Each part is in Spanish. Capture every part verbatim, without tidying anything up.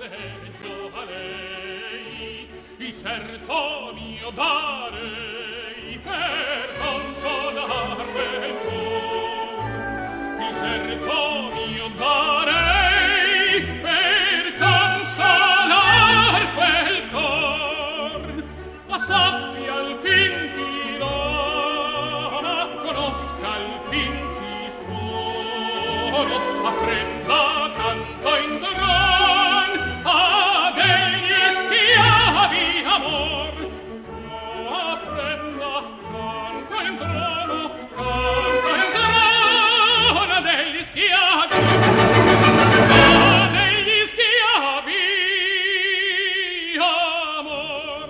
odeggio a lei, il serto mio darei per consolar quel cor, il serto mio darei per consolar quel cor, ma sappia al fin chi l'ama, conosca al fin chi sono, apprenda canto in tron a degli schiavi amor, apprenda canto in trono, canto in trono a degli schiavi, a degli schiavi amor.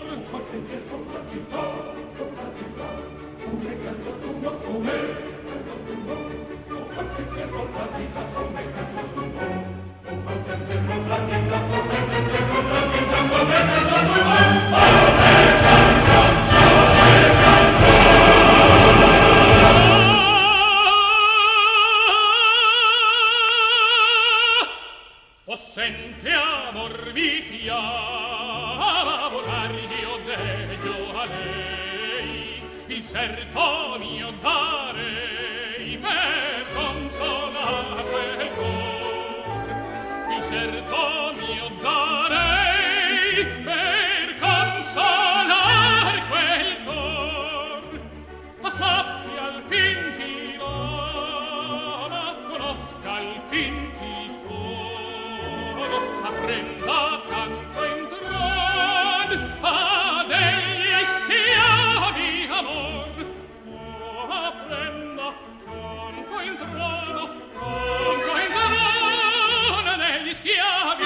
O sente amor mi chiama, volar io deggio a lei, il serto mio darei per consolar quel cor, il serto mio darei per consolar quel cor, ma sappia al fin chi l'ama, conosca al fin chi sono, apprenda canto in tron a degli schiavi amor, apprenda canto in trono, canto in trono a degli schiavi,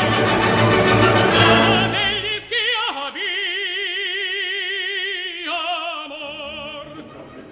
a degli schiavi amor.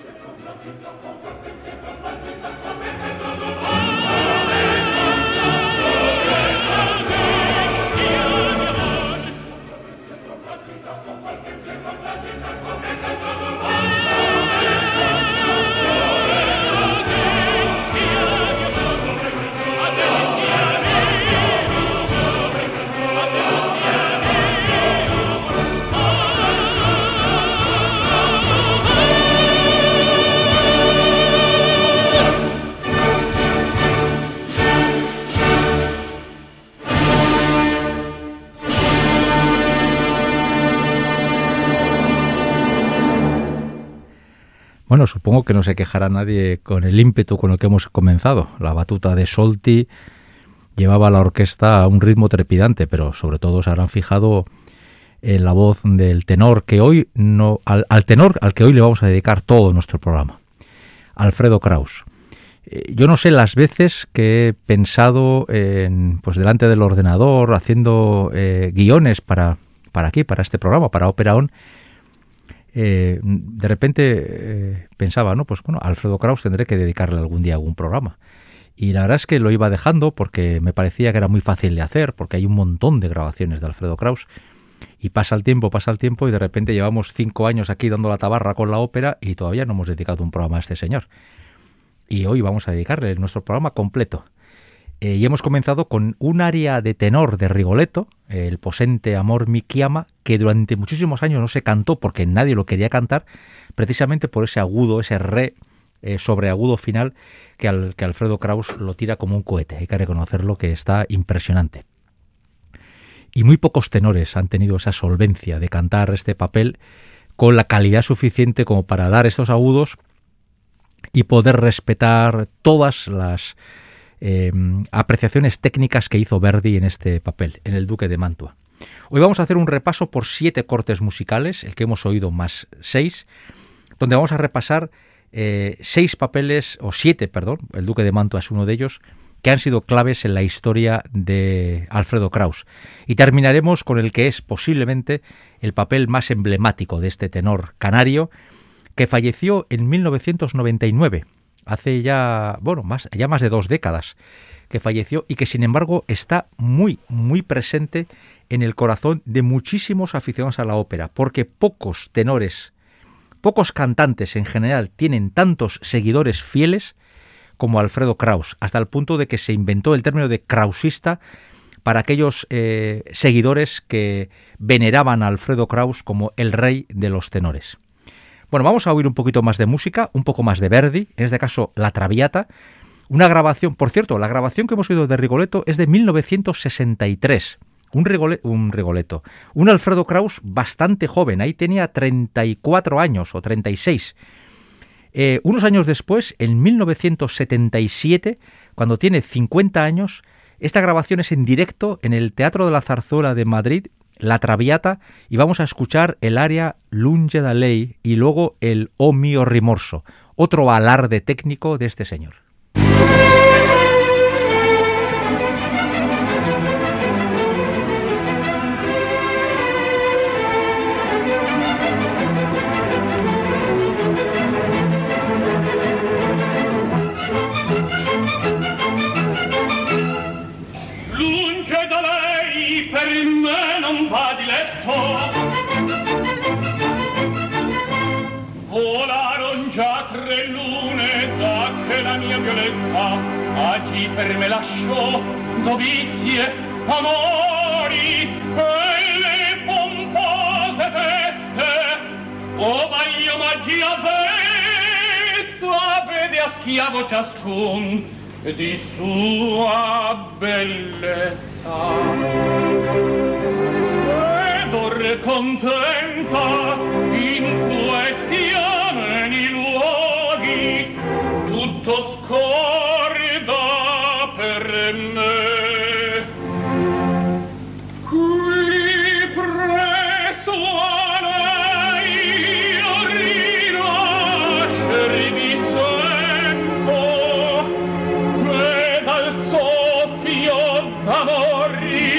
Bueno, supongo que no se quejará nadie con el ímpetu con el que hemos comenzado. La batuta de Solti llevaba a la orquesta a un ritmo trepidante, pero sobre todo se habrán fijado en la voz del tenor que hoy no, al, al tenor al que hoy le vamos a dedicar todo nuestro programa, Alfredo Kraus. Eh, yo no sé las veces que he pensado en, pues delante del ordenador haciendo eh, guiones para para aquí, para este programa, para Ópera On. Eh, de repente eh, pensaba, no, pues bueno, a Alfredo Kraus tendré que dedicarle algún día algún programa. Y la verdad es que lo iba dejando porque me parecía que era muy fácil de hacer, porque hay un montón de grabaciones de Alfredo Kraus. Y pasa el tiempo, pasa el tiempo y de repente llevamos cinco años aquí dando la tabarra con la ópera y todavía no hemos dedicado un programa a este señor. Y hoy vamos a dedicarle nuestro programa completo. Eh, y hemos comenzado con un aria de tenor de Rigoletto, el posente Amor mi chiama, que durante muchísimos años no se cantó porque nadie lo quería cantar, precisamente por ese agudo, ese re eh, sobreagudo final que, al, que Alfredo Kraus lo tira como un cohete. Hay que reconocerlo, que está impresionante. Y muy pocos tenores han tenido esa solvencia de cantar este papel con la calidad suficiente como para dar estos agudos y poder respetar todas las Eh, apreciaciones técnicas que hizo Verdi en este papel, en El Duque de Mantua. Hoy vamos a hacer un repaso por siete cortes musicales, el que hemos oído más seis, donde vamos a repasar eh, seis papeles, o siete, perdón, El Duque de Mantua es uno de ellos, que han sido claves en la historia de Alfredo Kraus. Y terminaremos con el que es posiblemente el papel más emblemático de este tenor canario, que falleció en mil novecientos noventa y nueve, hace ya, bueno, más, ya más de dos décadas que falleció y que sin embargo está muy, muy presente en el corazón de muchísimos aficionados a la ópera, porque pocos tenores, pocos cantantes en general tienen tantos seguidores fieles como Alfredo Kraus, hasta el punto de que se inventó el término de krausista para aquellos eh, seguidores que veneraban a Alfredo Kraus como el rey de los tenores. Bueno, vamos a oír un poquito más de música, un poco más de Verdi, en este caso La Traviata, una grabación, por cierto, la grabación que hemos oído de Rigoletto es de mil novecientos sesenta y tres, un, Rigole, un Rigoletto, un Alfredo Kraus bastante joven, ahí tenía treinta y cuatro años o treinta y seis. Eh, unos años después, en mil novecientos setenta y siete, cuando tiene cincuenta años, esta grabación es en directo en el Teatro de la Zarzuela de Madrid, La Traviata, y vamos a escuchar el aria Lunge da lei y luego el O mio rimorso, otro alarde técnico de este señor. Volaron già tre lune da che la mia Violetta oggi per me lasciò dovizie, amori e le pompose feste. O vai omaggi avvezza, vede a schiavo ciascun di sua bellezza. Contenta in questi ameni luoghi tutto scorda per me. Qui presso a lei io rinascer mi sento e dal soffio d'amor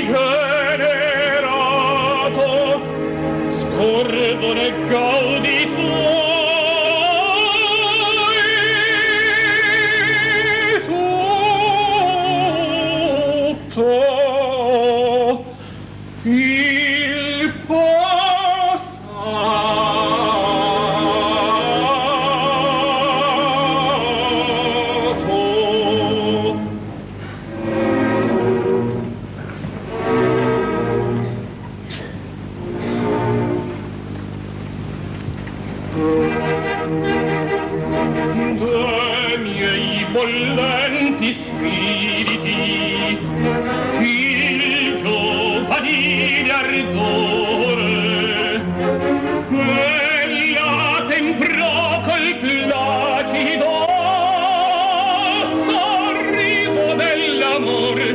rigenerato scordo ne gaudi suoi tutto il bollenti spiriti, il giovanile ardore, e la temprò col placido sorriso dell'amor,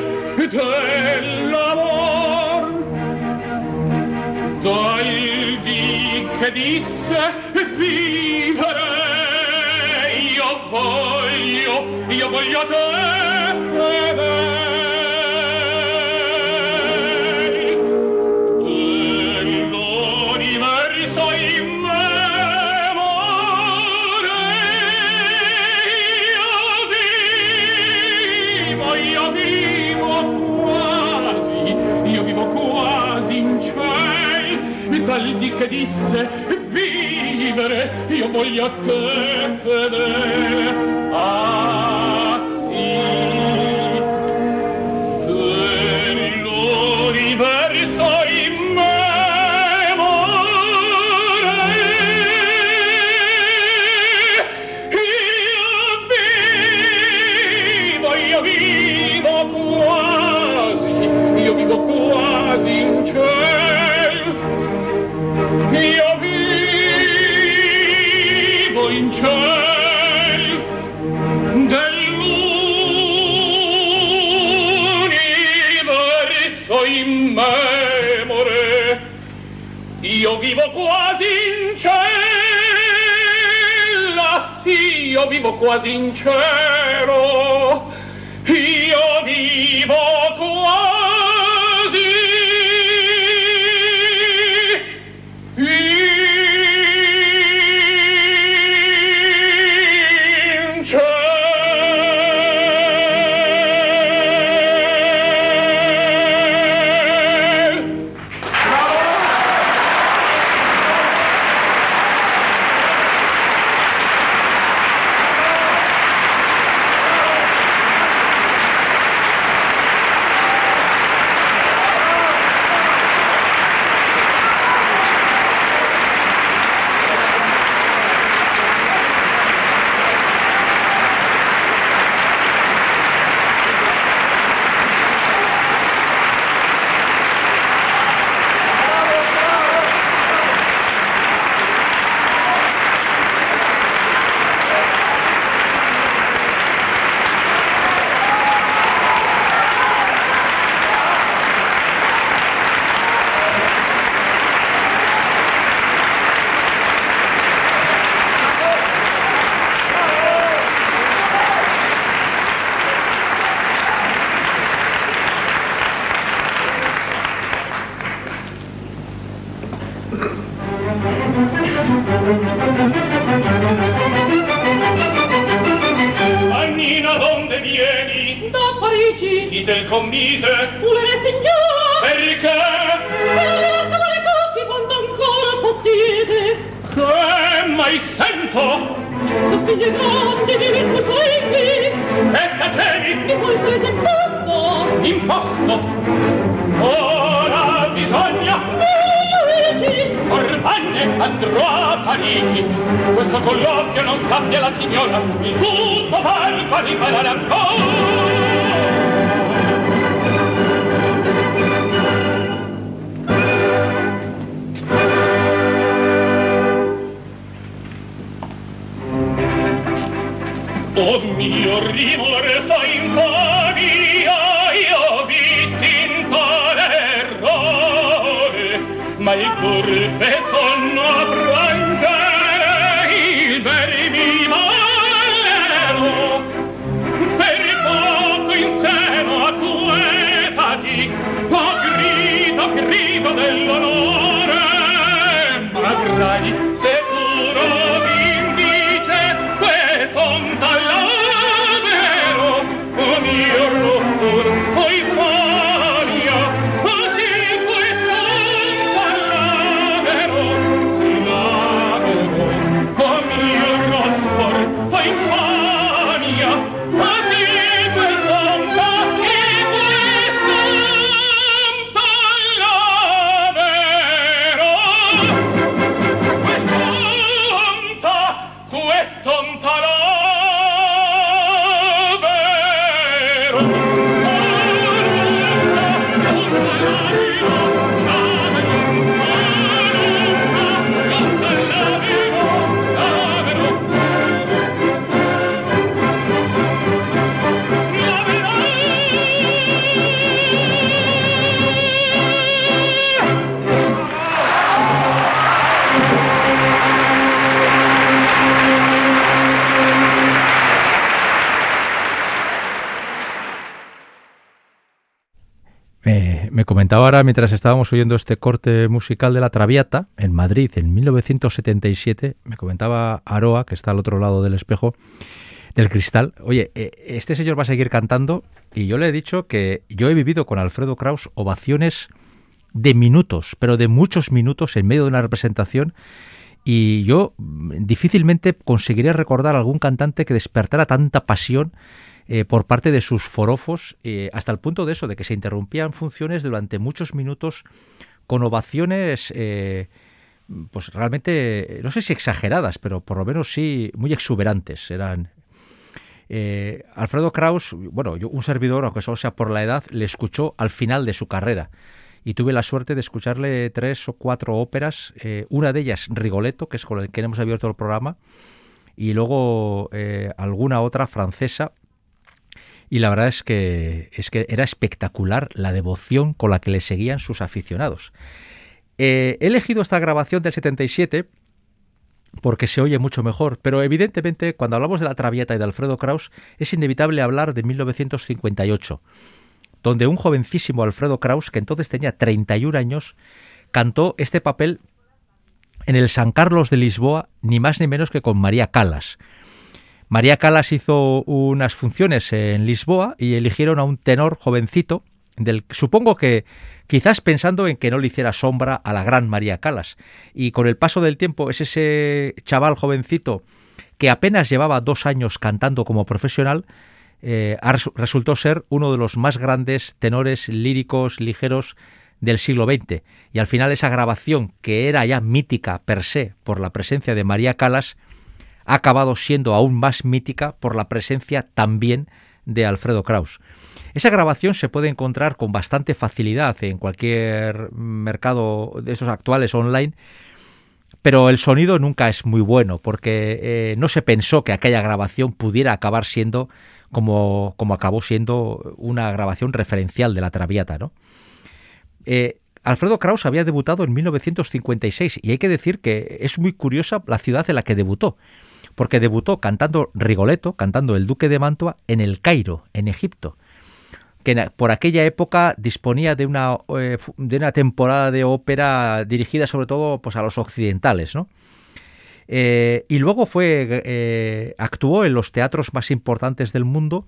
dell'amor. Dal dì che disse vivere, io voglio, io voglio te fedel, dell'universo in me more, io vivo, io vivo quasi, io vivo quasi in ciel, dal dì che disse vivere, io voglio te fedele. Ah, sì, dell'universo in me more, io vivo, io vivo quasi, io vivo quasi in ciel, io vivo in ciel dell'universo in memore. Io vivo quasi in cielo, ah sì, io vivo quasi in cielo, io vivo quasi dici? Chi te il commise? Fu le signor. Perché? Per le pochi quando ancora possiede. Che mai sento? Lo spiglie grandi di virtù segni. E tacevi? Mi puoi se legge imposto. Imposto? Ora bisogna. Ormai andrò a Parigi. Questo colloquio non sappia la signora. Il tutto valga di parare ancora. Oh mio rimorso infamia, io vissi in tale errore, ma il curve sonno a frangere il vermi malero. Per poco in seno acquetati, oh grido, grido dell'onore, magrai sicuro vindice questo un talavero, oh mio rossor, oh infamia, così questo un talavero si lavero, oh mio rossor, oh infamia, così questo un così questo un talavero, questo un ta, questo un talavero. Me, me comentaba ahora, mientras estábamos oyendo este corte musical de La Traviata, en Madrid, en mil novecientos setenta y siete, me comentaba Aroa, que está al otro lado del espejo, del cristal, oye, este señor va a seguir cantando, y yo le he dicho que yo he vivido con Alfredo Kraus ovaciones de minutos, pero de muchos minutos en medio de una representación, y yo difícilmente conseguiría recordar algún cantante que despertara tanta pasión Eh, por parte de sus forofos, eh, hasta el punto de eso, de que se interrumpían funciones durante muchos minutos con ovaciones, eh, pues realmente, no sé si exageradas, pero por lo menos sí muy exuberantes. Eran eh, Alfredo Kraus, bueno, yo, un servidor, aunque solo sea por la edad, le escuchó al final de su carrera. Y tuve la suerte de escucharle tres o cuatro óperas, eh, una de ellas Rigoletto, que es con el que hemos abierto el programa, y luego eh, alguna otra francesa. Y la verdad es que, es que era espectacular la devoción con la que le seguían sus aficionados. Eh, he elegido esta grabación del setenta y siete porque se oye mucho mejor, pero evidentemente cuando hablamos de La Traviata y de Alfredo Kraus es inevitable hablar de mil novecientos cincuenta y ocho, donde un jovencísimo Alfredo Kraus, que entonces tenía treinta y un años, cantó este papel en el San Carlos de Lisboa, ni más ni menos que con María Callas. María Callas hizo unas funciones en Lisboa y eligieron a un tenor jovencito, del supongo que quizás pensando en que no le hiciera sombra a la gran María Callas. Y con el paso del tiempo es ese chaval jovencito que apenas llevaba dos años cantando como profesional, eh, resultó ser uno de los más grandes tenores líricos ligeros del siglo veinte. Y al final esa grabación, que era ya mítica per se por la presencia de María Callas, ha acabado siendo aún más mítica por la presencia también de Alfredo Kraus. Esa grabación se puede encontrar con bastante facilidad en cualquier mercado de esos actuales online, pero el sonido nunca es muy bueno porque eh, no se pensó que aquella grabación pudiera acabar siendo como, como acabó siendo una grabación referencial de La Traviata, ¿no? Eh, Alfredo Kraus había debutado en mil novecientos cincuenta y seis y hay que decir que es muy curiosa la ciudad en la que debutó, porque debutó cantando Rigoletto, cantando El Duque de Mantua, en El Cairo, en Egipto, que por aquella época disponía de una, eh, de una temporada de ópera dirigida sobre todo pues, a los occidentales, ¿no? Eh, y luego fue eh, actuó en los teatros más importantes del mundo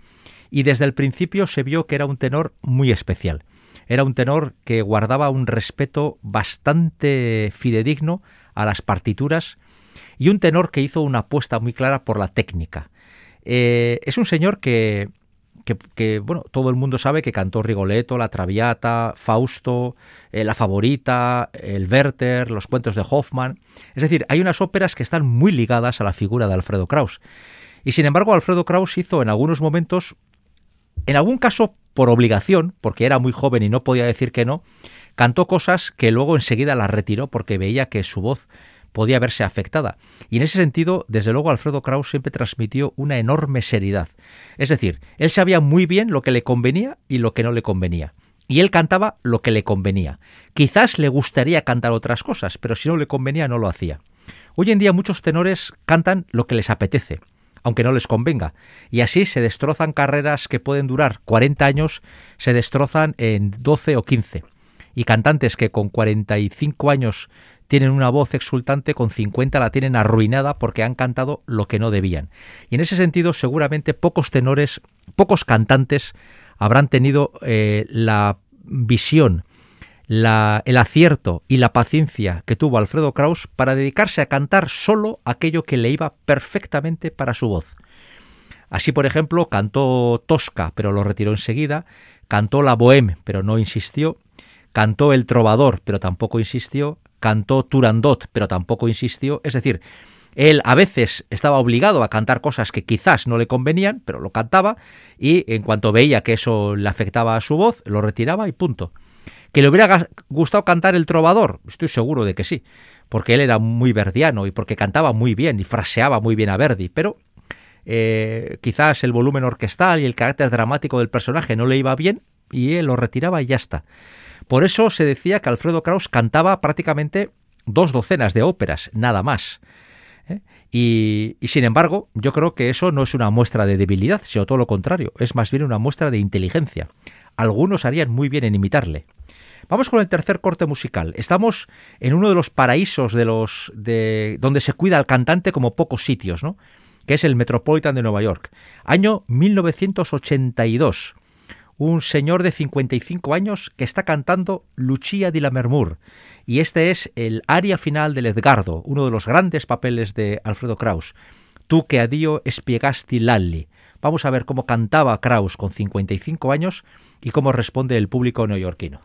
y desde el principio se vio que era un tenor muy especial. Era un tenor que guardaba un respeto bastante fidedigno a las partituras y un tenor que hizo una apuesta muy clara por la técnica. Eh, es un señor que, que, que, bueno, todo el mundo sabe que cantó Rigoletto, La Traviata, Fausto, eh, La Favorita, el Werther, los cuentos de Hoffmann. Es decir, hay unas óperas que están muy ligadas a la figura de Alfredo Kraus. Y sin embargo, Alfredo Kraus hizo en algunos momentos, en algún caso por obligación, porque era muy joven y no podía decir que no, cantó cosas que luego enseguida las retiró porque veía que su voz podía verse afectada. Y en ese sentido, desde luego, Alfredo Kraus siempre transmitió una enorme seriedad. Es decir, él sabía muy bien lo que le convenía y lo que no le convenía. Y él cantaba lo que le convenía. Quizás le gustaría cantar otras cosas, pero si no le convenía no lo hacía. Hoy en día muchos tenores cantan lo que les apetece, aunque no les convenga, y así se destrozan carreras que pueden durar cuarenta años, se destrozan en doce o quince. Y cantantes que con cuarenta y cinco años tienen una voz exultante, con cincuenta la tienen arruinada porque han cantado lo que no debían. Y en ese sentido, seguramente pocos tenores, pocos cantantes habrán tenido eh, la visión, la, el acierto y la paciencia que tuvo Alfredo Kraus para dedicarse a cantar solo aquello que le iba perfectamente para su voz. Así, por ejemplo, cantó Tosca, pero lo retiró enseguida, cantó la Bohème, pero no insistió, cantó El Trovador, pero tampoco insistió, cantó Turandot, pero tampoco insistió. Es decir, él a veces estaba obligado a cantar cosas que quizás no le convenían, pero lo cantaba, y en cuanto veía que eso le afectaba a su voz, lo retiraba y punto. ¿Que le hubiera gustado cantar El Trovador? Estoy seguro de que sí, porque él era muy verdiano y porque cantaba muy bien y fraseaba muy bien a Verdi, pero eh, quizás el volumen orquestal y el carácter dramático del personaje no le iba bien y él lo retiraba y ya está. Por eso se decía que Alfredo Kraus cantaba prácticamente dos docenas de óperas, nada más. ¿Eh? Y, y sin embargo, yo creo que eso no es una muestra de debilidad, sino todo lo contrario, es más bien una muestra de inteligencia. Algunos harían muy bien en imitarle. Vamos con el tercer corte musical. Estamos en uno de los paraísos de los de donde se cuida al cantante como pocos sitios, ¿no? Que es el Metropolitan de Nueva York. Año mil novecientos ochenta y dos. Un señor de cincuenta y cinco años que está cantando Lucia di Lammermoor. Y este es el aria final del Edgardo, uno de los grandes papeles de Alfredo Kraus. Tu che a Dio spiegasti l'alli. Vamos a ver cómo cantaba Kraus con cincuenta y cinco años y cómo responde el público neoyorquino.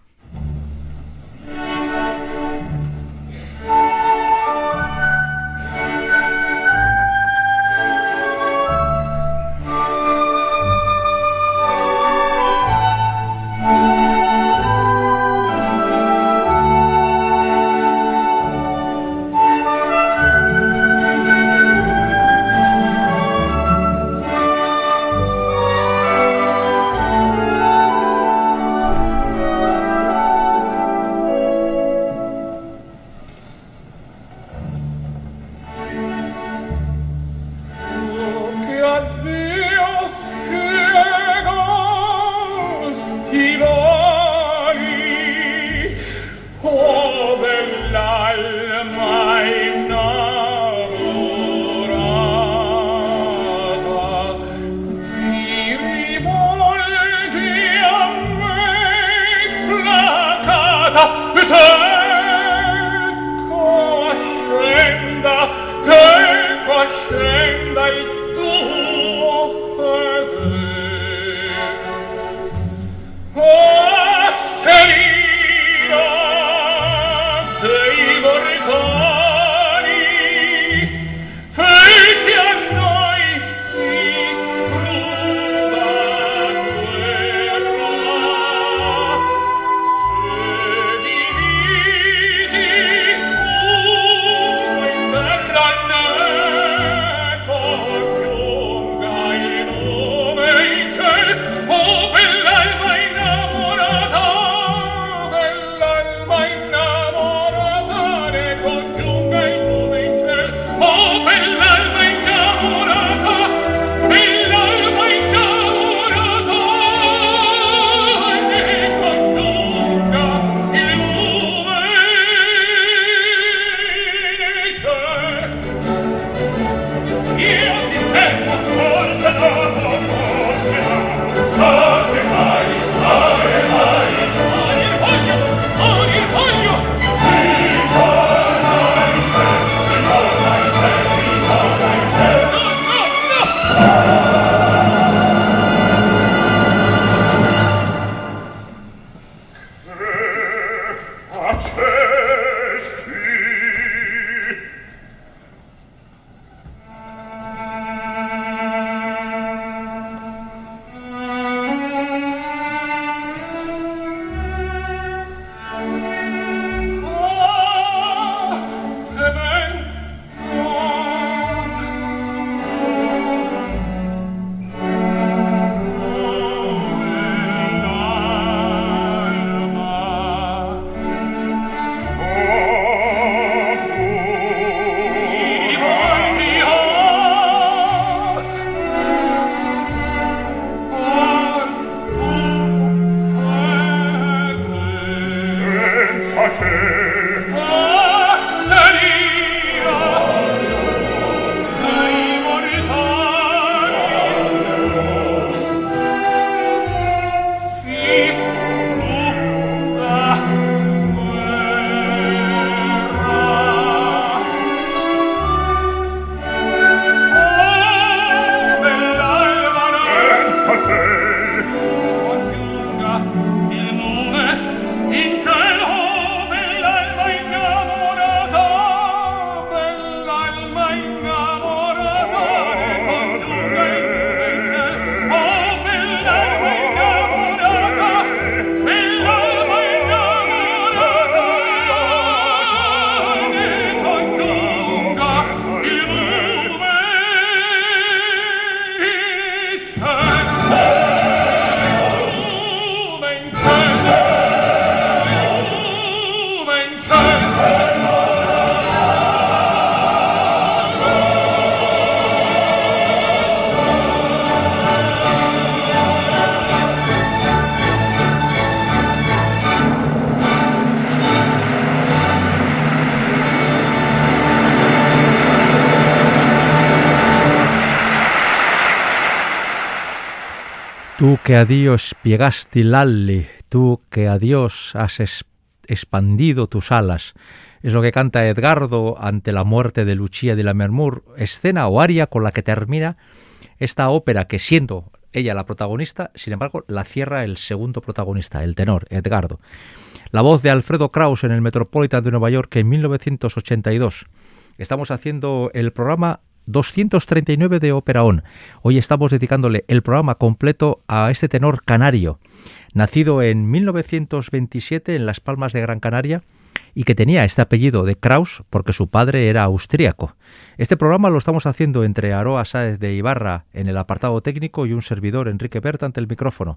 Tú que a Dios piegaste l'alli, tú que a Dios has es expandido tus alas. Es lo que canta Edgardo ante la muerte de Lucia de Lammermoor, escena o aria con la que termina esta ópera que, siendo ella la protagonista, sin embargo la cierra el segundo protagonista, el tenor, Edgardo. La voz de Alfredo Kraus en el Metropolitan de Nueva York en mil novecientos ochenta y dos. Estamos haciendo el programa doscientos treinta y nueve de Ópera On. Hoy estamos dedicándole el programa completo a este tenor canario, nacido en mil novecientos veintisiete en Las Palmas de Gran Canaria y que tenía este apellido de Kraus porque su padre era austríaco. Este programa lo estamos haciendo entre Aroa Sáez de Ibarra en el apartado técnico y un servidor, Enrique Berta, ante el micrófono.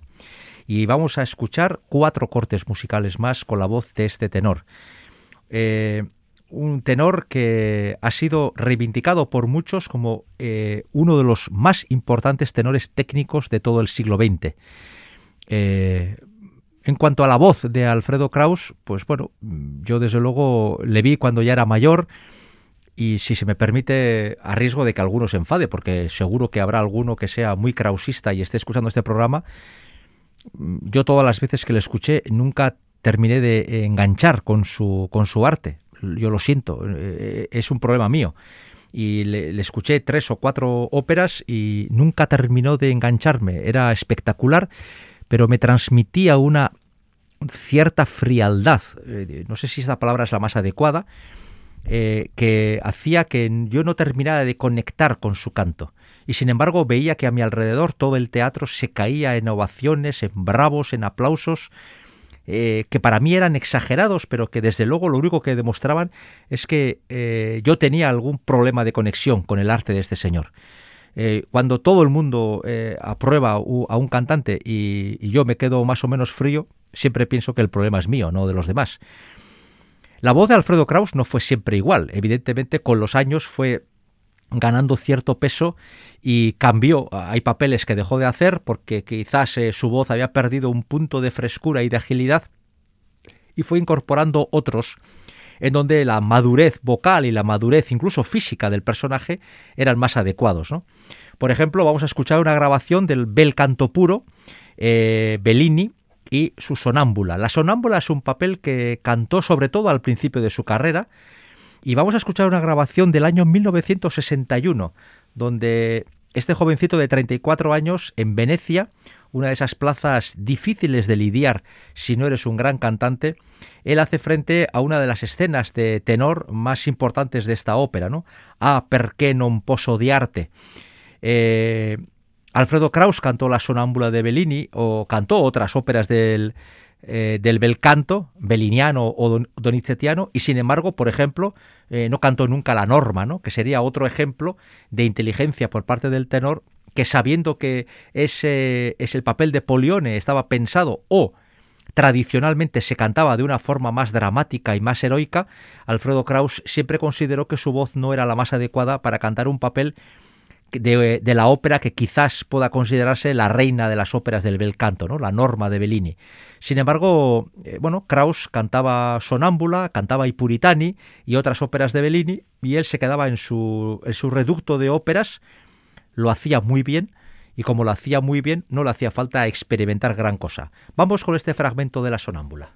Y vamos a escuchar cuatro cortes musicales más con la voz de este tenor. Eh... Un tenor que ha sido reivindicado por muchos como eh, uno de los más importantes tenores técnicos de todo el siglo veinte. Eh, en cuanto a la voz de Alfredo Kraus, pues bueno, yo desde luego le vi cuando ya era mayor y, si se me permite, a riesgo de que alguno se enfade, porque seguro que habrá alguno que sea muy krausista y esté escuchando este programa, yo todas las veces que le escuché nunca terminé de enganchar con su, con su arte. Yo lo siento, es un problema mío. Y le, le escuché tres o cuatro óperas y nunca terminó de engancharme. Era espectacular, pero me transmitía una cierta frialdad, eh, no sé si esta palabra es la más adecuada, eh, que hacía que yo no terminara de conectar con su canto. Y sin embargo veía que a mi alrededor todo el teatro se caía en ovaciones, en bravos, en aplausos, Eh, que para mí eran exagerados, pero que desde luego lo único que demostraban es que eh, yo tenía algún problema de conexión con el arte de este señor. Eh, cuando todo el mundo eh, aprueba a un cantante y, y yo me quedo más o menos frío, siempre pienso que el problema es mío, no de los demás. La voz de Alfredo Kraus no fue siempre igual. Evidentemente, con los años fue ganando cierto peso y cambió. Hay papeles que dejó de hacer porque quizás eh, su voz había perdido un punto de frescura y de agilidad y fue incorporando otros en donde la madurez vocal y la madurez incluso física del personaje eran más adecuados, ¿no? Por ejemplo, vamos a escuchar una grabación del Bel canto puro, eh, Bellini y su sonámbula. La sonámbula es un papel que cantó sobre todo al principio de su carrera. Y vamos a escuchar una grabación del año mil novecientos sesenta y uno, donde este jovencito de treinta y cuatro años, en Venecia, una de esas plazas difíciles de lidiar si no eres un gran cantante, él hace frente a una de las escenas de tenor más importantes de esta ópera, ¿no? Ah, perché non posso odiarte. Eh, Alfredo Kraus cantó la sonámbula de Bellini o cantó otras óperas del... Eh, del bel canto, belliniano o don, donizettiano, y sin embargo, por ejemplo, eh, no cantó nunca la norma, ¿no? Que sería otro ejemplo de inteligencia por parte del tenor, que sabiendo que ese es el papel de Polione, estaba pensado o tradicionalmente se cantaba de una forma más dramática y más heroica, Alfredo Kraus siempre consideró que su voz no era la más adecuada para cantar un papel de, de la ópera que quizás pueda considerarse la reina de las óperas del bel canto, ¿no? La Norma de Bellini. Sin embargo, eh, bueno, Krauss cantaba Sonámbula, cantaba I Puritani y otras óperas de Bellini, y él se quedaba en su, en su reducto de óperas, lo hacía muy bien, y como lo hacía muy bien, no le hacía falta experimentar gran cosa. Vamos con este fragmento de la Sonámbula.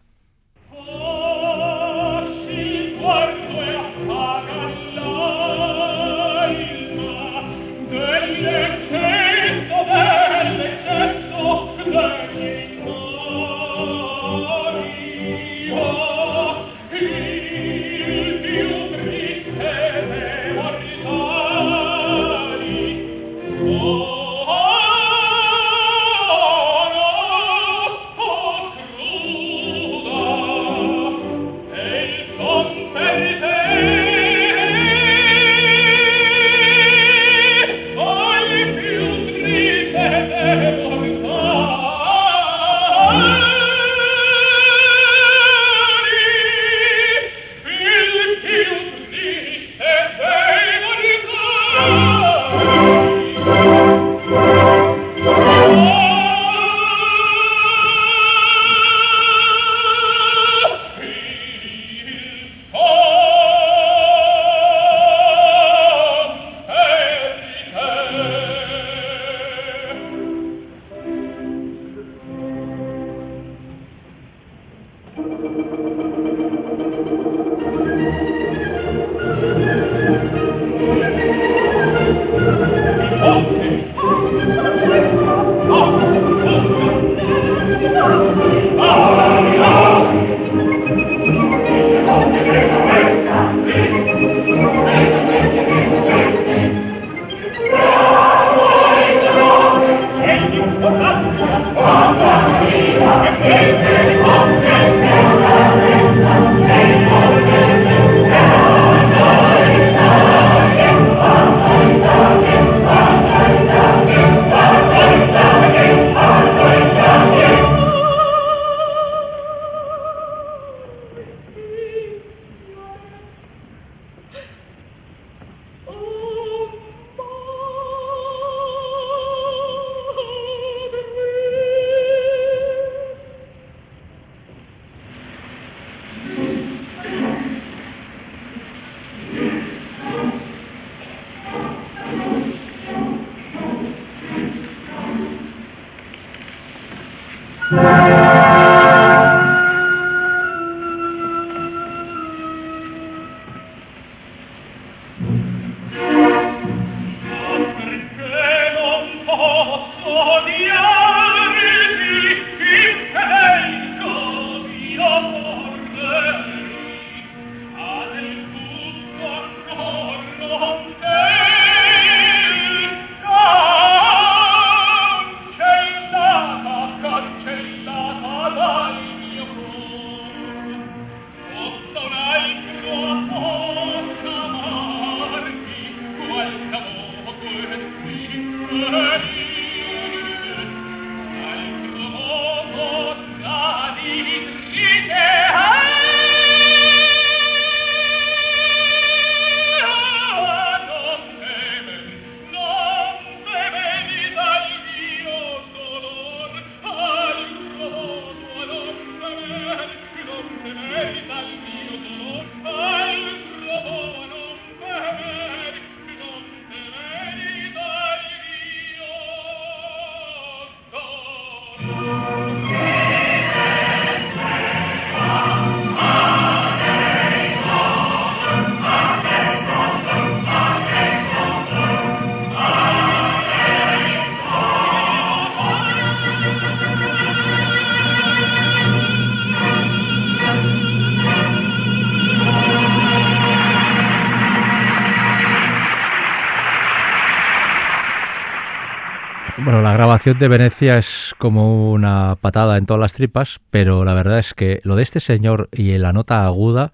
Bueno, la grabación de Venecia es como una patada en todas las tripas, pero la verdad es que lo de este señor y la nota aguda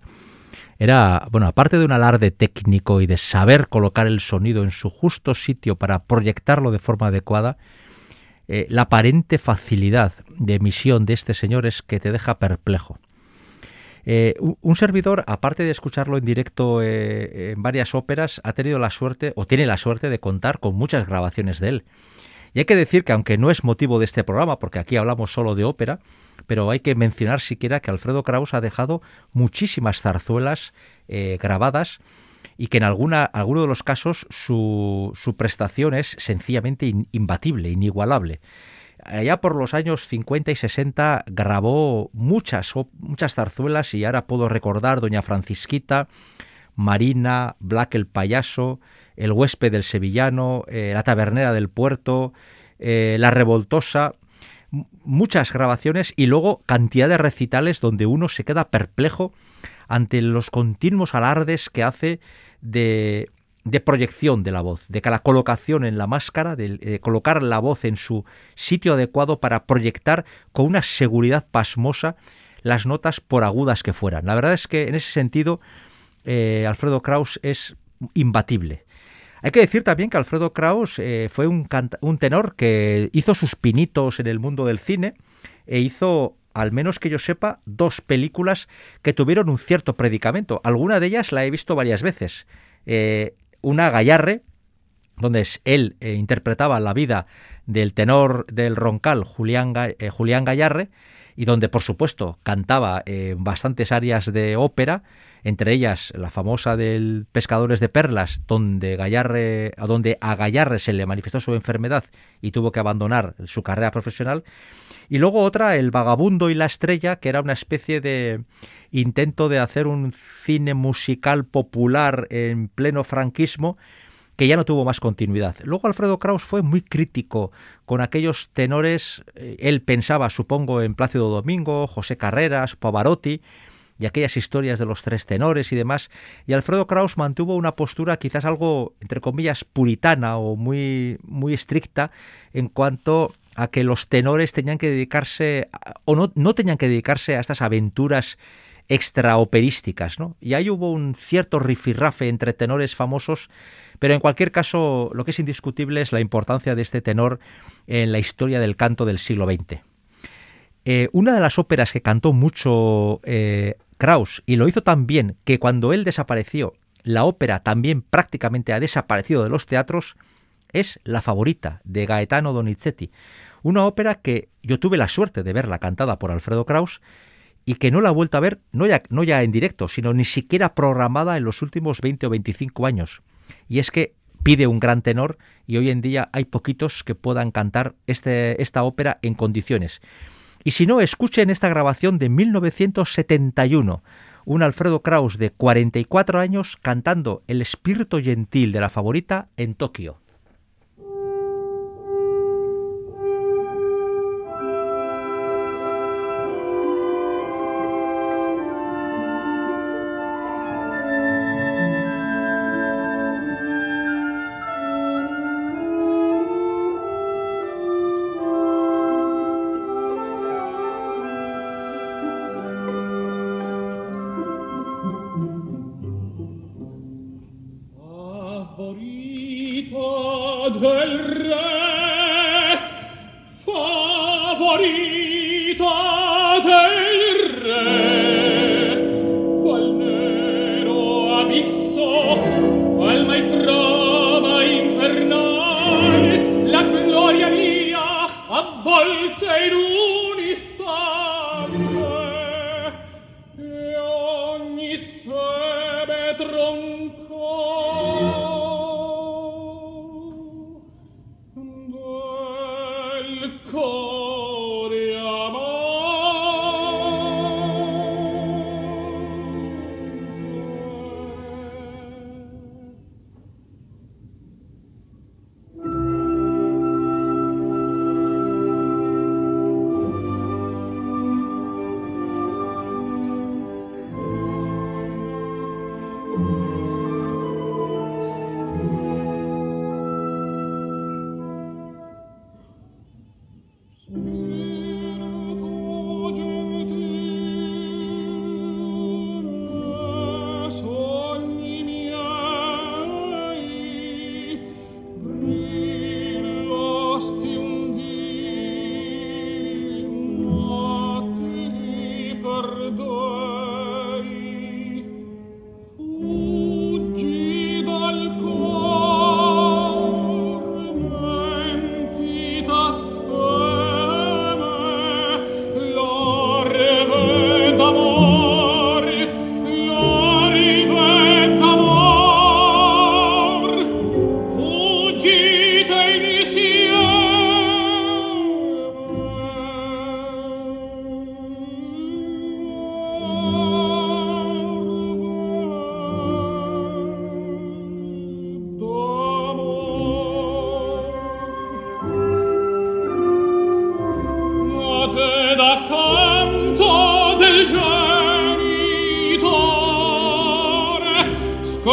era, bueno, aparte de un alarde técnico y de saber colocar el sonido en su justo sitio para proyectarlo de forma adecuada, eh, la aparente facilidad de emisión de este señor es que te deja perplejo. Eh, un servidor, aparte de escucharlo en directo eh, en varias óperas, ha tenido la suerte, o tiene la suerte, de contar con muchas grabaciones de él. Y hay que decir que, aunque no es motivo de este programa, porque aquí hablamos solo de ópera, pero hay que mencionar siquiera que Alfredo Kraus ha dejado muchísimas zarzuelas eh, grabadas, y que en alguna, alguno de los casos su, su prestación es sencillamente in, imbatible, inigualable. Allá por los años cincuenta y sesenta grabó muchas, muchas zarzuelas, y ahora puedo recordar Doña Francisquita, Marina, Black el payaso, El huésped del sevillano, eh, La tabernera del puerto, eh, La revoltosa, muchas grabaciones, y luego cantidad de recitales donde uno se queda perplejo ante los continuos alardes que hace de... de proyección de la voz, de que la colocación en la máscara, de, de colocar la voz en su sitio adecuado para proyectar con una seguridad pasmosa las notas, por agudas que fueran. La verdad es que en ese sentido eh, Alfredo Kraus es imbatible. Hay que decir también que Alfredo Kraus eh, fue un, canta- un tenor que hizo sus pinitos en el mundo del cine, e hizo, al menos que yo sepa, dos películas que tuvieron un cierto predicamento. Alguna de ellas la he visto varias veces. Eh, Una Gayarre, donde él eh, interpretaba la vida del tenor del Roncal, Julián, eh, Julián Gayarre, y donde, por supuesto, cantaba eh, bastantes arias de ópera, entre ellas la famosa del Pescadores de Perlas, donde, Gayarre, a donde a Gayarre se le manifestó su enfermedad y tuvo que abandonar su carrera profesional. Y luego otra, El vagabundo y la estrella, que era una especie de intento de hacer un cine musical popular en pleno franquismo, que ya no tuvo más continuidad. Luego Alfredo Kraus fue muy crítico con aquellos tenores. Él pensaba, supongo, en Plácido Domingo, José Carreras, Pavarotti y aquellas historias de los tres tenores y demás. Y Alfredo Kraus mantuvo una postura quizás algo, entre comillas, puritana o muy, muy estricta en cuanto a que los tenores tenían que dedicarse, o no, no tenían que dedicarse a estas aventuras extraoperísticas, ¿no? Y ahí hubo un cierto rifirrafe entre tenores famosos, pero en cualquier caso lo que es indiscutible es la importancia de este tenor en la historia del canto del siglo veinte. Eh, una de las óperas que cantó mucho eh, Kraus, y lo hizo tan bien que cuando él desapareció, la ópera también prácticamente ha desaparecido de los teatros, es La Favorita, de Gaetano Donizetti. Una ópera que yo tuve la suerte de verla cantada por Alfredo Kraus, y que no la he vuelto a ver, no ya, no ya en directo, sino ni siquiera programada en los últimos veinte o veinticinco años. Y es que pide un gran tenor, y hoy en día hay poquitos que puedan cantar este, esta ópera en condiciones. Y si no, escuchen esta grabación de mil novecientos setenta y uno, un Alfredo Kraus de cuarenta y cuatro años cantando El espíritu gentil de La Favorita en Tokio.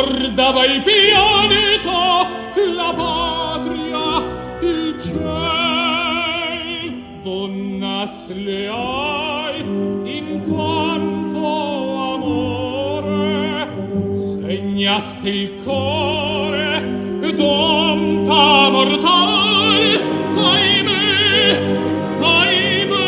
ricordava il pianeta, la patria, il ciel. Donnas le hai intanto amore, segnaste il cuore d'onta mortal, ahimè, ahimè.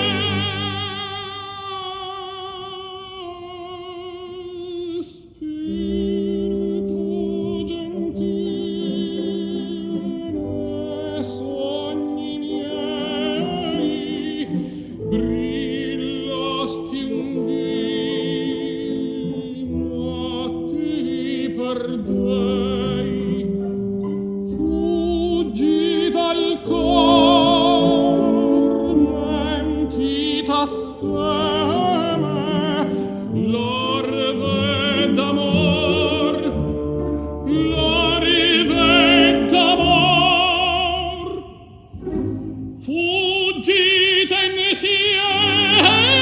Spirito gentile, sogni miei, brillasti un dì, ma ti perdei. Fuggi dal cor, mentita speme, l'orve d'amor, l'orve d'amor. Fuggite insieme,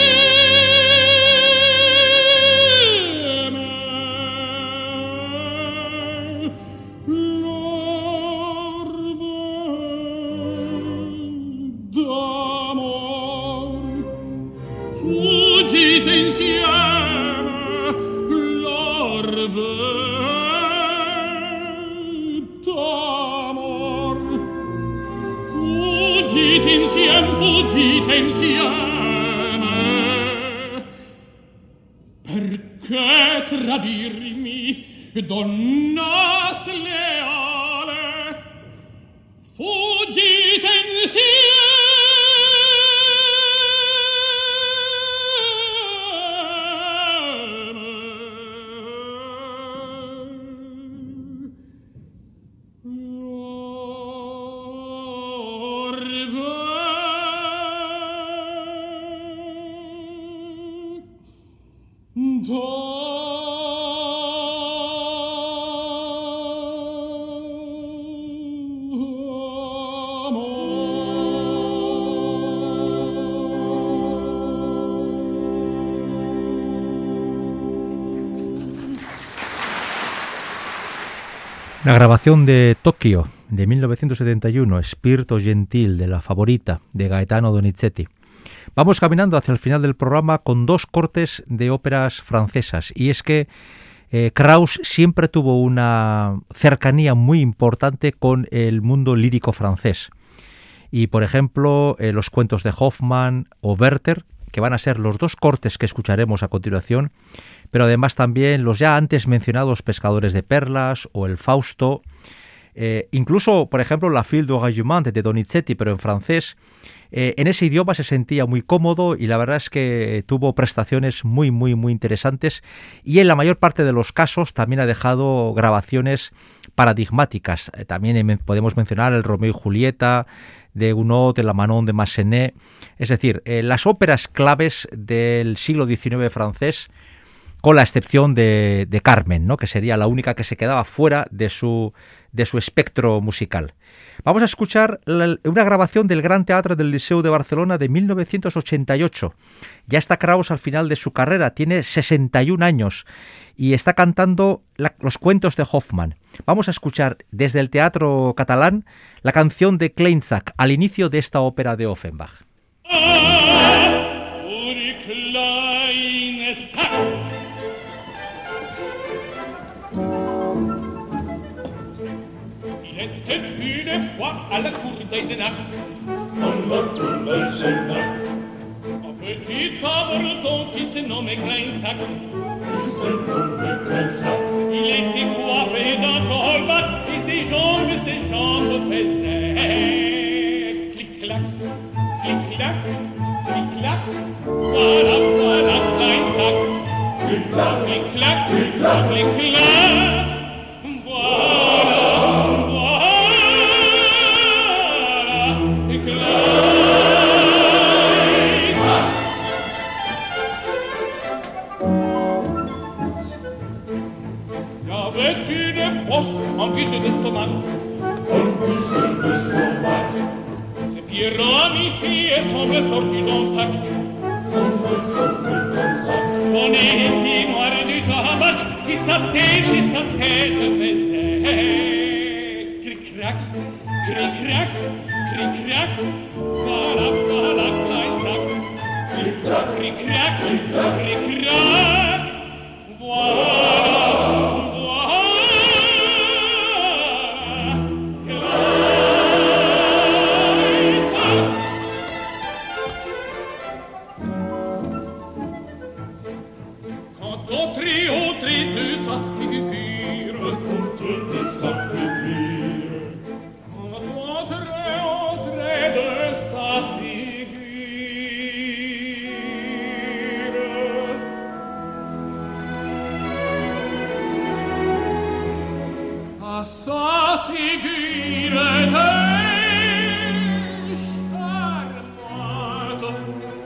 fuggite insieme, l'orve d'amor. Fuggite insieme, fuggite insieme. Perché tradirmi, donna sleale? Fuggite insieme. La grabación de Tokio de mil novecientos setenta y uno, Spirito Gentil, de La Favorita, de Gaetano Donizetti. Vamos caminando hacia el final del programa con dos cortes de óperas francesas, y es que eh, Krauss siempre tuvo una cercanía muy importante con el mundo lírico francés. Y, por ejemplo, eh, los cuentos de Hoffmann o Werther, que van a ser los dos cortes que escucharemos a continuación, pero además también los ya antes mencionados Pescadores de Perlas o el Fausto, eh, incluso, por ejemplo, La Fille du Régiment de Donizetti, pero en francés. Eh, en ese idioma se sentía muy cómodo y la verdad es que tuvo prestaciones muy, muy, muy interesantes, y en la mayor parte de los casos también ha dejado grabaciones paradigmáticas. Eh, también eh, podemos mencionar el Romeo y Julieta de Gounod, el Manon de Massenet. Es decir, eh, las óperas claves del siglo diecinueve francés, con la excepción de, de Carmen, ¿no?, que sería la única que se quedaba fuera de su, de su espectro musical. Vamos a escuchar la, una grabación del Gran Teatre del Liceu de Barcelona de mil novecientos ochenta y ocho. Ya está Krauss al final de su carrera, tiene sesenta y un años y está cantando la, los cuentos de Hoffmann. Vamos a escuchar desde el Teatro Catalán la canción de Kleinsack al inicio de esta ópera de Offenbach. À la cour d'Eisenach, à la cour d'Eisenach, un petit abordon qui se nommait Kleinsack, qui se nommait Kleinsack. Il était coiffé d'un colbat et ses jambes, ses jambes faisaient clic-clac, clic-clac, clic-clac. Voilà, voilà Kleinsack, Clic-clac, clic-clac, clic-clac, clic-clac. Voilà. En guise d'estomac, en guise d'estomac, ses pieds ramifiés semblent sortis d'un sac. semblent sortis d'un sac. Son nez était noir du tabac, et sa sa tête et sa tête faisait cric-crac, cric-crac, cric-crac, voilà, voilà, clin-tac, cric-crac, cric-crac, cric-crac, voilà, voilà, clin-tac. Quand autre et autre et de sa figure, Autre de sa figure, quand autre et autre et de sa figure, à sa figure était charmante.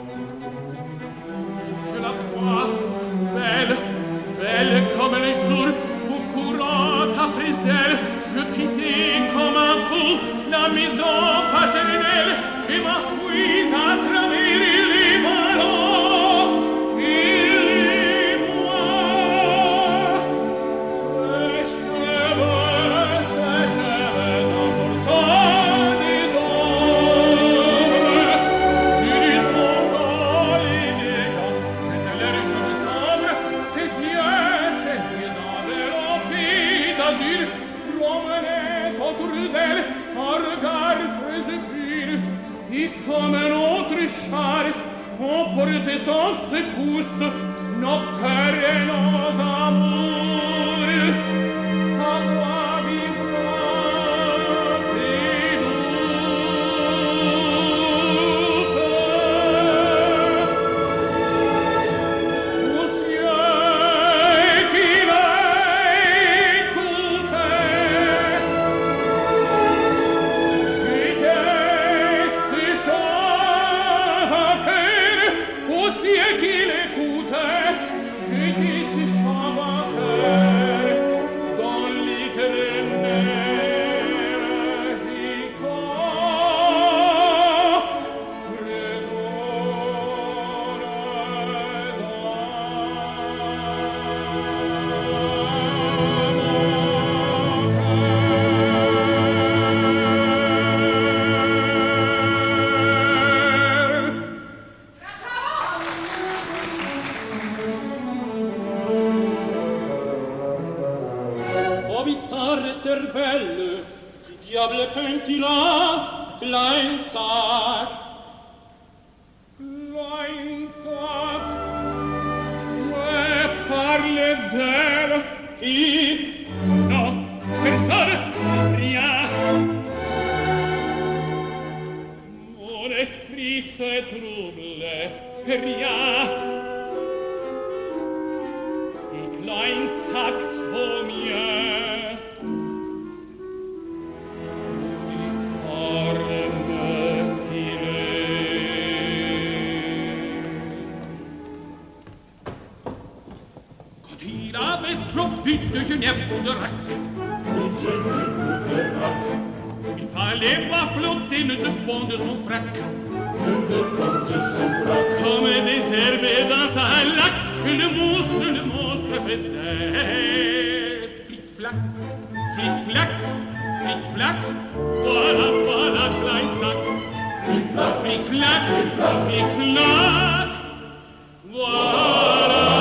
Je la crois belle, belle comme le jour, où courant après elle, je quittais comme un fou la maison paternelle et m'appuie à travers les ballons et les bois. Ses cheveux, ses cheveux en pourcent des ombres, du son col et des gants, j'étais leurs cheveux sombres, ses yeux, ses yeux enveloppés d'azur, promenaient autour d'elle un regard très pur, et comme un autre char, emportait sans secousse nos cœurs et nos amours. Sa voix vibrante et douce, aux cieux qui l'écoutaient, j'étais si chaud à cœur, aux cieux qui l'écoutaient, j'étais si chaud à cœur, dans l'éternel écho Oh, bizarre cervelle, qui diable peint-il là, plein sac, plein sac. Je parle d'elle qui, non, personne, rien. Mon esprit se trouble, rien. Et klein sac vaut mieux. Il avait trop bu de Genève ou de Rac. Il fallait pas flotter le dépend de son frac. Comme des herbes dans un lac, le monstre, le monstre faisait flic-flac, flic-flac, flic-flac. Voilà, voilà, flic-flac, flic-flac, flic-flac. Voilà.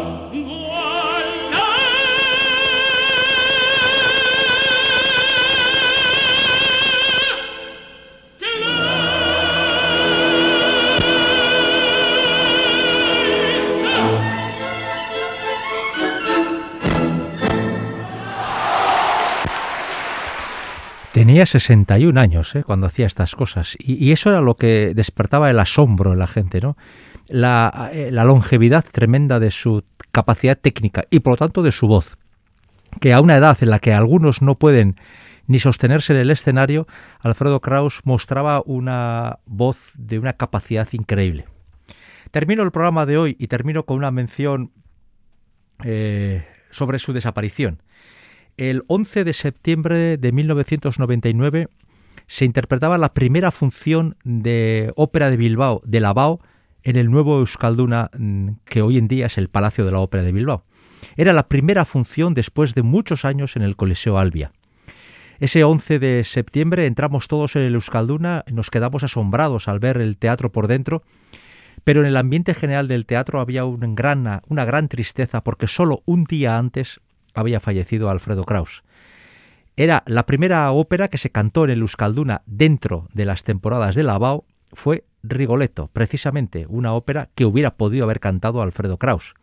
Tenía sesenta y un años ¿eh? cuando hacía estas cosas y, y eso era lo que despertaba el asombro en la gente, ¿no? La, eh, la longevidad tremenda de su capacidad técnica y por lo tanto de su voz, que a una edad en la que algunos no pueden ni sostenerse en el escenario, Alfredo Kraus mostraba una voz de una capacidad increíble. Termino el programa de hoy y termino con una mención eh, sobre su desaparición. El once de septiembre de mil novecientos noventa y nueve se interpretaba la primera función de ópera de Bilbao, de la B A O, en el nuevo Euskalduna, que hoy en día es el Palacio de la Ópera de Bilbao. Era la primera función después de muchos años en el Coliseo Albia. Ese once de septiembre entramos todos en el Euskalduna, nos quedamos asombrados al ver el teatro por dentro, pero en el ambiente general del teatro había un gran, una gran tristeza porque solo un día antes había fallecido Alfredo Kraus. Era la primera ópera que se cantó en el Euskalduna dentro de las temporadas de Labao, fue Rigoletto, precisamente una ópera que hubiera podido haber cantado Alfredo Kraus.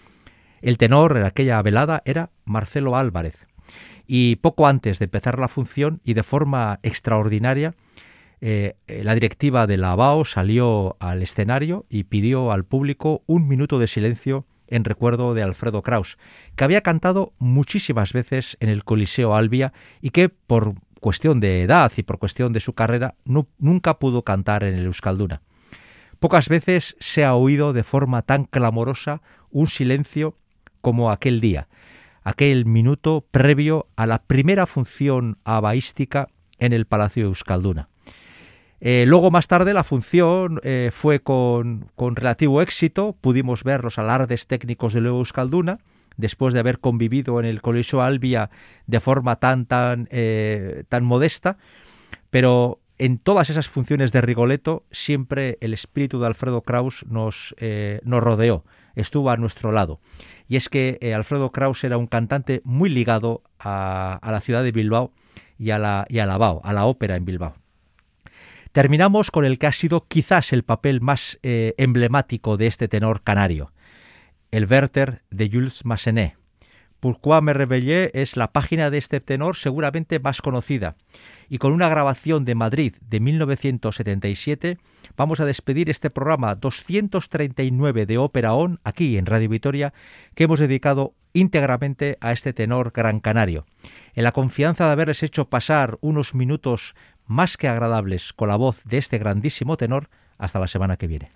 El tenor en aquella velada era Marcelo Álvarez. Y poco antes de empezar la función y de forma extraordinaria, eh, la directiva de Labao salió al escenario y pidió al público un minuto de silencio en recuerdo de Alfredo Kraus, que había cantado muchísimas veces en el Coliseo Albia y que por cuestión de edad y por cuestión de su carrera no, nunca pudo cantar en el Euskalduna. Pocas veces se ha oído de forma tan clamorosa un silencio como aquel día, aquel minuto previo a la primera función abaística en el Palacio Euskalduna. Eh, luego, más tarde, la función eh, fue con, con relativo éxito. Pudimos ver los alardes técnicos de Euskalduna, después de haber convivido en el Coliseo Albia de forma tan, tan, eh, tan modesta, pero en todas esas funciones de Rigoletto siempre el espíritu de Alfredo Kraus nos, eh, nos rodeó, estuvo a nuestro lado. Y es que eh, Alfredo Kraus era un cantante muy ligado a, a la ciudad de Bilbao y a la, y a Labao, a la ópera en Bilbao. Terminamos con el que ha sido quizás el papel más eh, emblemático de este tenor canario, el Werther de Jules Massenet. Pourquoi me réveillé es la página de este tenor seguramente más conocida. Y con una grabación de Madrid de mil novecientos setenta y siete vamos a despedir este programa doscientos treinta y nueve de Ópera On, aquí en Radio Vitoria, que hemos dedicado íntegramente a este tenor gran canario. En la confianza de haberles hecho pasar unos minutos más que agradables con la voz de este grandísimo tenor, hasta la semana que viene.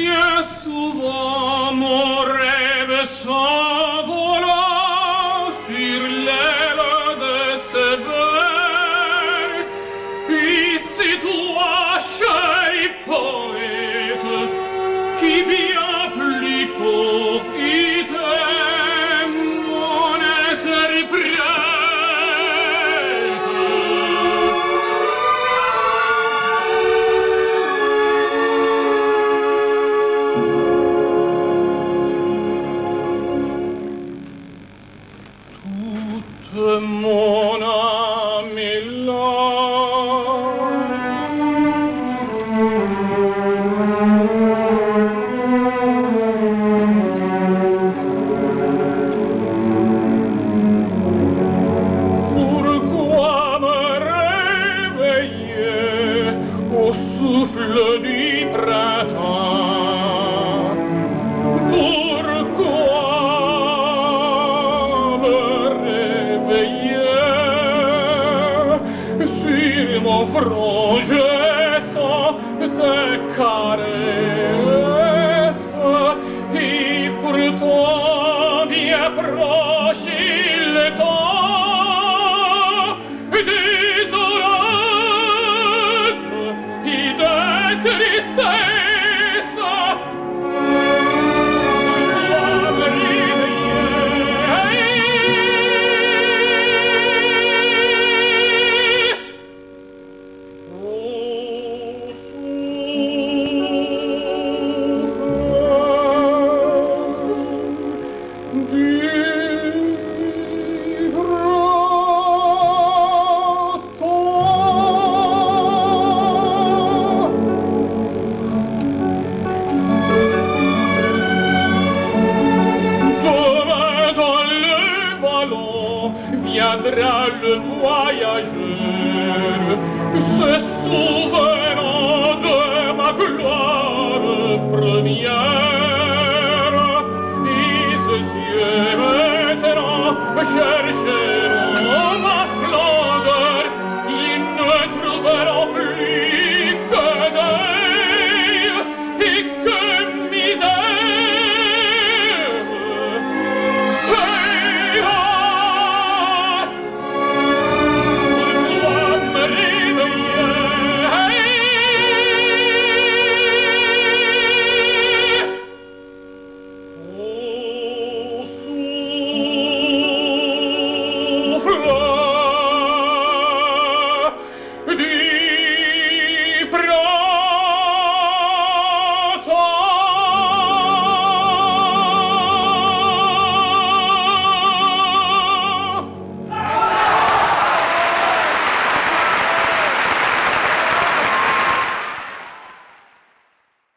Mon ami pourquoi me réveiller au souffle du printemps? Pourquoi mon front je sens tes caresses et pourtant bien proche il temps des orages et de tristesse. Viendra le voyageur, se souvenant de ma gloire première, et ses yeux maintenant cherchent